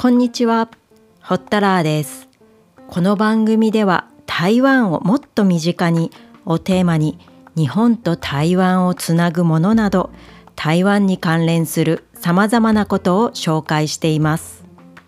こんにちは、ホッタラーです。この番組では台湾をもっと身近にをテーマに日本と台湾をつなぐものなど台湾に関連するさまざまなことを紹介しています。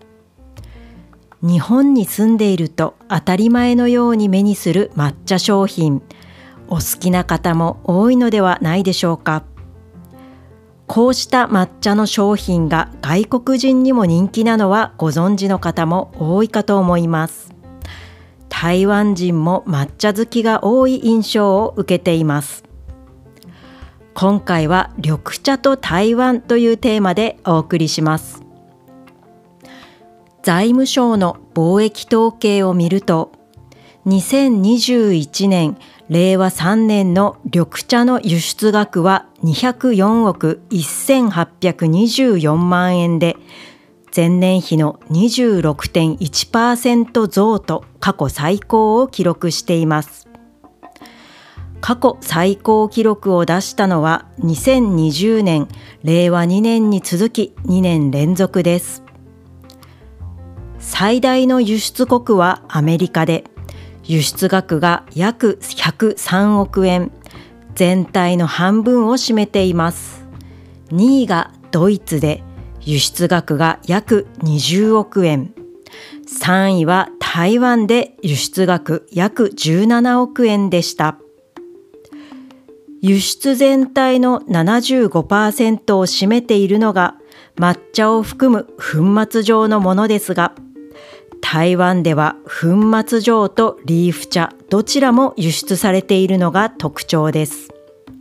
日本に住んでいると当たり前のように目にする抹茶商品、お好きな方も多いのではないでしょうか。こうした抹茶の商品が外国人にも人気なのはご存知の方も多いかと思います。台湾人も抹茶好きが多い印象を受けています。今回は緑茶と台湾というテーマでお送りします。財務省の貿易統計を見ると、2021年令和3年の緑茶の輸出額は204億1824万円で、前年比の 26.1% 増と過去最高を記録しています。過去最高記録を出したのは2020年、令和2年に続き2年連続です。最大の輸出国はアメリカで、輸出額が約103億円、全体の半分を占めています。2位がドイツで、輸出額が約20億円。3位は台湾で輸出額約17億円でした。輸出全体の 75% を占めているのが抹茶を含む粉末状のものですが、台湾では粉末状とリーフ茶どちらも輸出されているのが特徴です。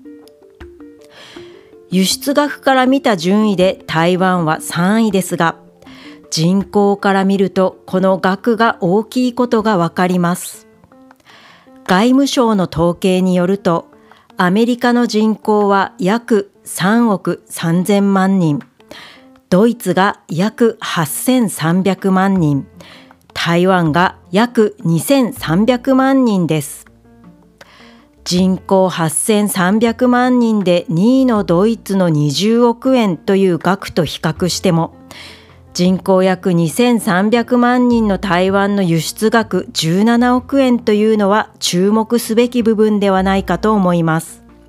輸出額から見た順位で台湾は3位ですが、人口から見るとこの額が大きいことがわかります。外務省の統計によると、アメリカの人口は約3億3000万人、ドイツが約8300万人、台湾が約2300万人です。人口8300万人で2位のドイツの20億円という額と比較しても、人口約2300万人の台湾の輸出額17億円というのは注目すべき部分ではないかと思います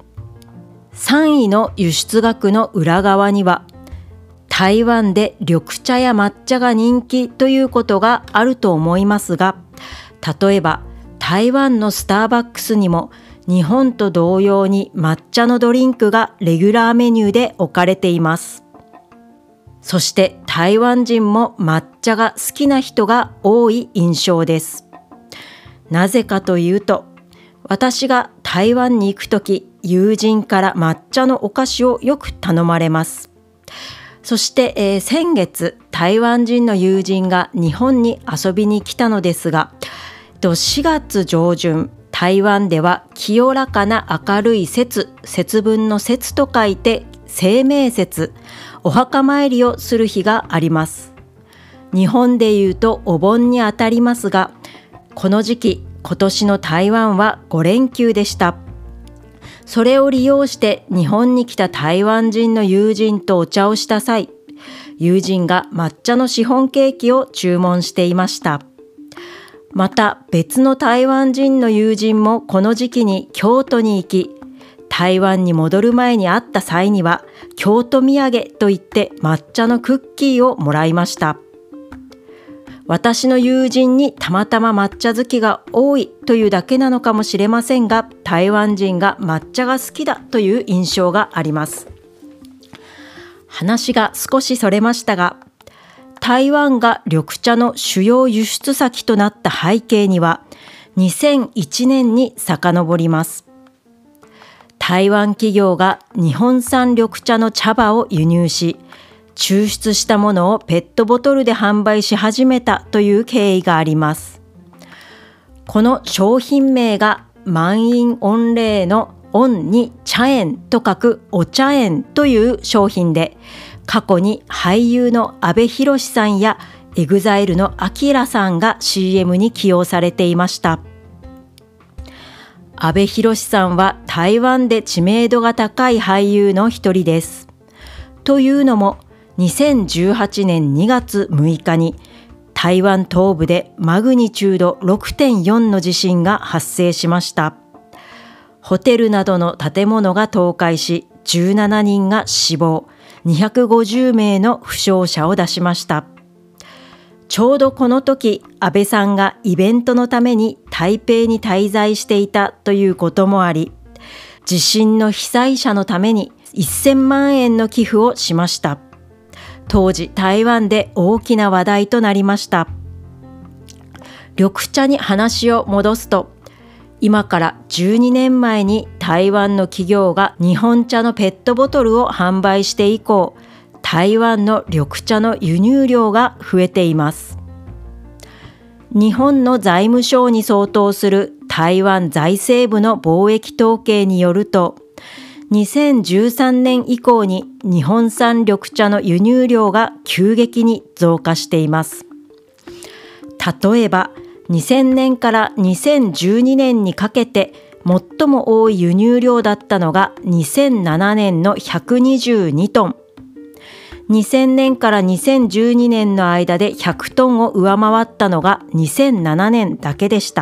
。3位の輸出額の裏側には、台湾で緑茶や抹茶が人気ということがあると思いますが、例えば台湾のスターバックスにも日本と同様に抹茶のドリンクがレギュラーメニューで置かれています。そして台湾人も抹茶が好きな人が多い印象です。なぜかというと、私が台湾に行くとき、友人から抹茶のお菓子をよく頼まれます。そして、先月台湾人の友人が日本に遊びに来たのですが、4月上旬、台湾では清らかな明るい節、節分の節と書いて清明節、お墓参りをする日があります。日本でいうとお盆にあたりますが、この時期、今年の台湾は5連休でした。それを利用して日本に来た台湾人の友人とお茶をした際、友人が抹茶のシフォンケーキを注文していました。また別の台湾人の友人もこの時期に京都に行き、台湾に戻る前に会った際には京都土産といって抹茶のクッキーをもらいました。私の友人にたまたま抹茶好きが多いというだけなのかもしれませんが、台湾人が抹茶が好きだという印象があります。話が少しそれましたが、台湾が緑茶の主要輸出先となった背景には、2001年に遡ります。台湾企業が日本産緑茶の茶葉を輸入し、抽出したものをペットボトルで販売し始めたという経緯があります。この商品名が満員御礼の御に茶園と書くお茶園という商品で、過去に俳優の阿部寛さんやEXILEのＡＫＩＲＡさんが CM に起用されていました。阿部寛さんは台湾で知名度が高い俳優の一人です。というのも、 2018年2月6日に台湾東部でマグニチュード 6.4 の地震が発生しました。ホテルなどの建物が倒壊し、17人が死亡、250名の負傷者を出しました。ちょうどこの時、安倍さんがイベントのために台北に滞在していたということもあり、地震の被災者のために1000万円の寄付をしました。当時、台湾で大きな話題となりました。緑茶に話を戻すと、今から12年前に台湾の企業が日本茶のペットボトルを販売して以降、台湾の緑茶の輸入量が増えています。日本の財務省に相当する台湾財政部の貿易統計によると、2013年以降に日本産緑茶の輸入量が急激に増加しています。例えば、2000年から2012年にかけて最も多い輸入量だったのが2007年の122トン。2000年から2012年の間で100トンを上回ったのが2007年だけでした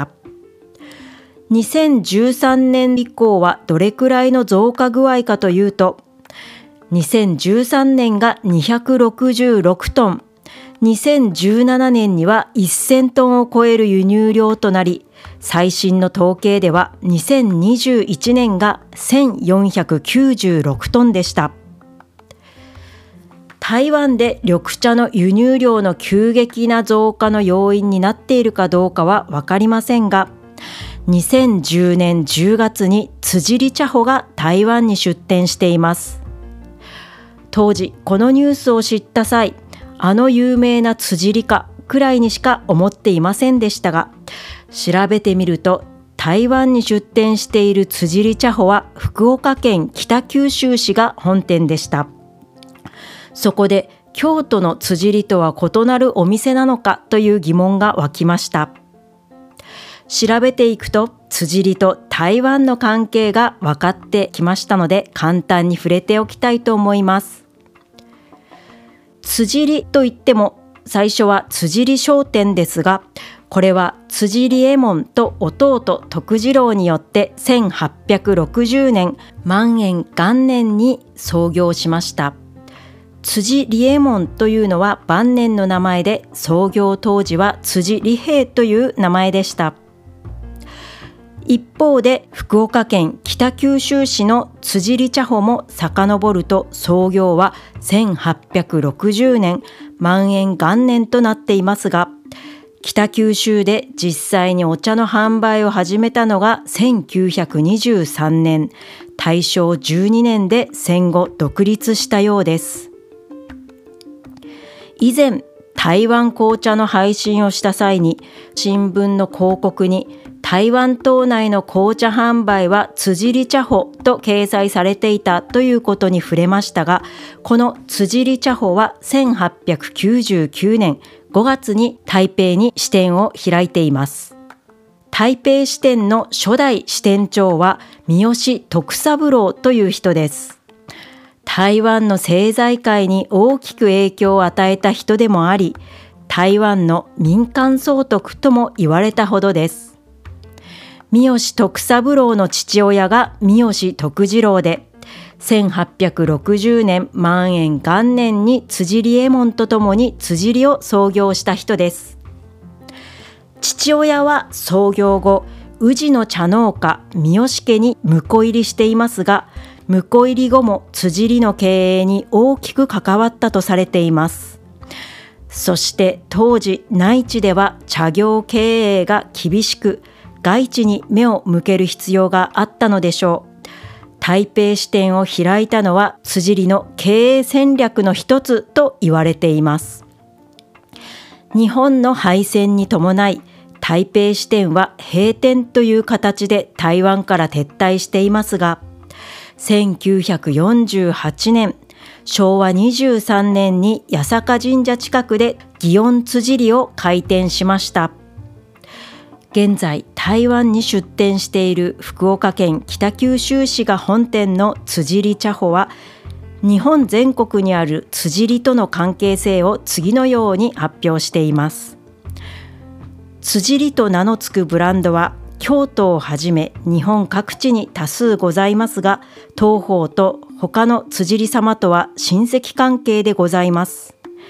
。2013年以降はどれくらいの増加具合かというと、2013年が266トン、2017年には1000トンを超える輸入量となり、最新の統計では2021年が1496トンでした。台湾で緑茶の輸入量の急激な増加の要因になっているかどうかは分かりませんが、2010年10月に辻利茶舗が台湾に出店しています。当時このニュースを知った際、あの有名な辻利かくらいにしか思っていませんでしたが、調べてみると台湾に出店している辻利茶舗は福岡県北九州市が本店でした。そこで京都の辻利とは異なるお店なのかという疑問が湧きました。調べていくと辻利と台湾の関係が分かってきましたので、簡単に触れておきたいと思います。辻利といっても最初は辻利商店ですが、これは辻利右衛門と弟徳次郎によって1860年万延元年に創業しました。辻利右衛門というのは晩年の名前で、創業当時は辻利平という名前でした。一方で福岡県北九州市の辻利茶舗も遡ると創業は1860年万延元年となっていますが、北九州で実際にお茶の販売を始めたのが1923年、大正12年で戦後独立したようです。以前台湾紅茶の配信をした際に、新聞の広告に台湾島内の紅茶販売は辻利茶舗と掲載されていたということに触れましたが、この辻利茶舗は1899年5月に台北に支店を開いています。台北支店の初代支店長は三好徳三郎という人です。台湾の政財界に大きく影響を与えた人でもあり、台湾の民間総督とも言われたほどです。三好徳三郎の父親が三好徳次郎で、1860年万延元年に辻利右衛門とともに辻利を創業した人です。父親は創業後、宇治の茶農家三好家に婿入りしていますが、婿入り後も辻利の経営に大きく関わったとされています。そして当時内地では茶業経営が厳しく、外地に目を向ける必要があったのでしょう。台北支店を開いたのは辻利の経営戦略の一つと言われています。日本の敗戦に伴い、台北支店は閉店という形で台湾から撤退していますが、1948年、昭和23年に八坂神社近くで祇園辻利を開店しました。現在、台湾に出店している福岡県北九州市が本店の辻利茶舗は、 日本全国にある辻利との関係性を次のように発表しています。辻利と名の付くブランドは京都をはじめ日本各地に多数ございますが、当方と他の辻利様とは親戚関係でございます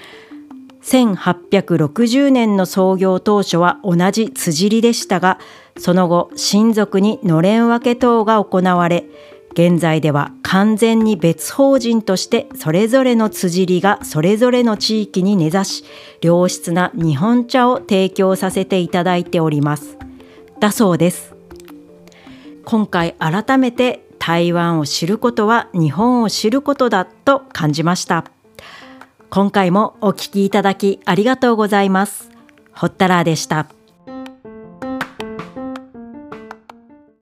。1860年の創業当初は同じ辻利でしたが、その後親族にのれん分け等が行われ、現在では完全に別法人としてそれぞれの辻利がそれぞれの地域に根ざし、良質な日本茶を提供させていただいております。だそうです。今回改めて台湾を知ることは日本を知ることだと感じました。今回もお聞きいただきありがとうございます。ほったらでした。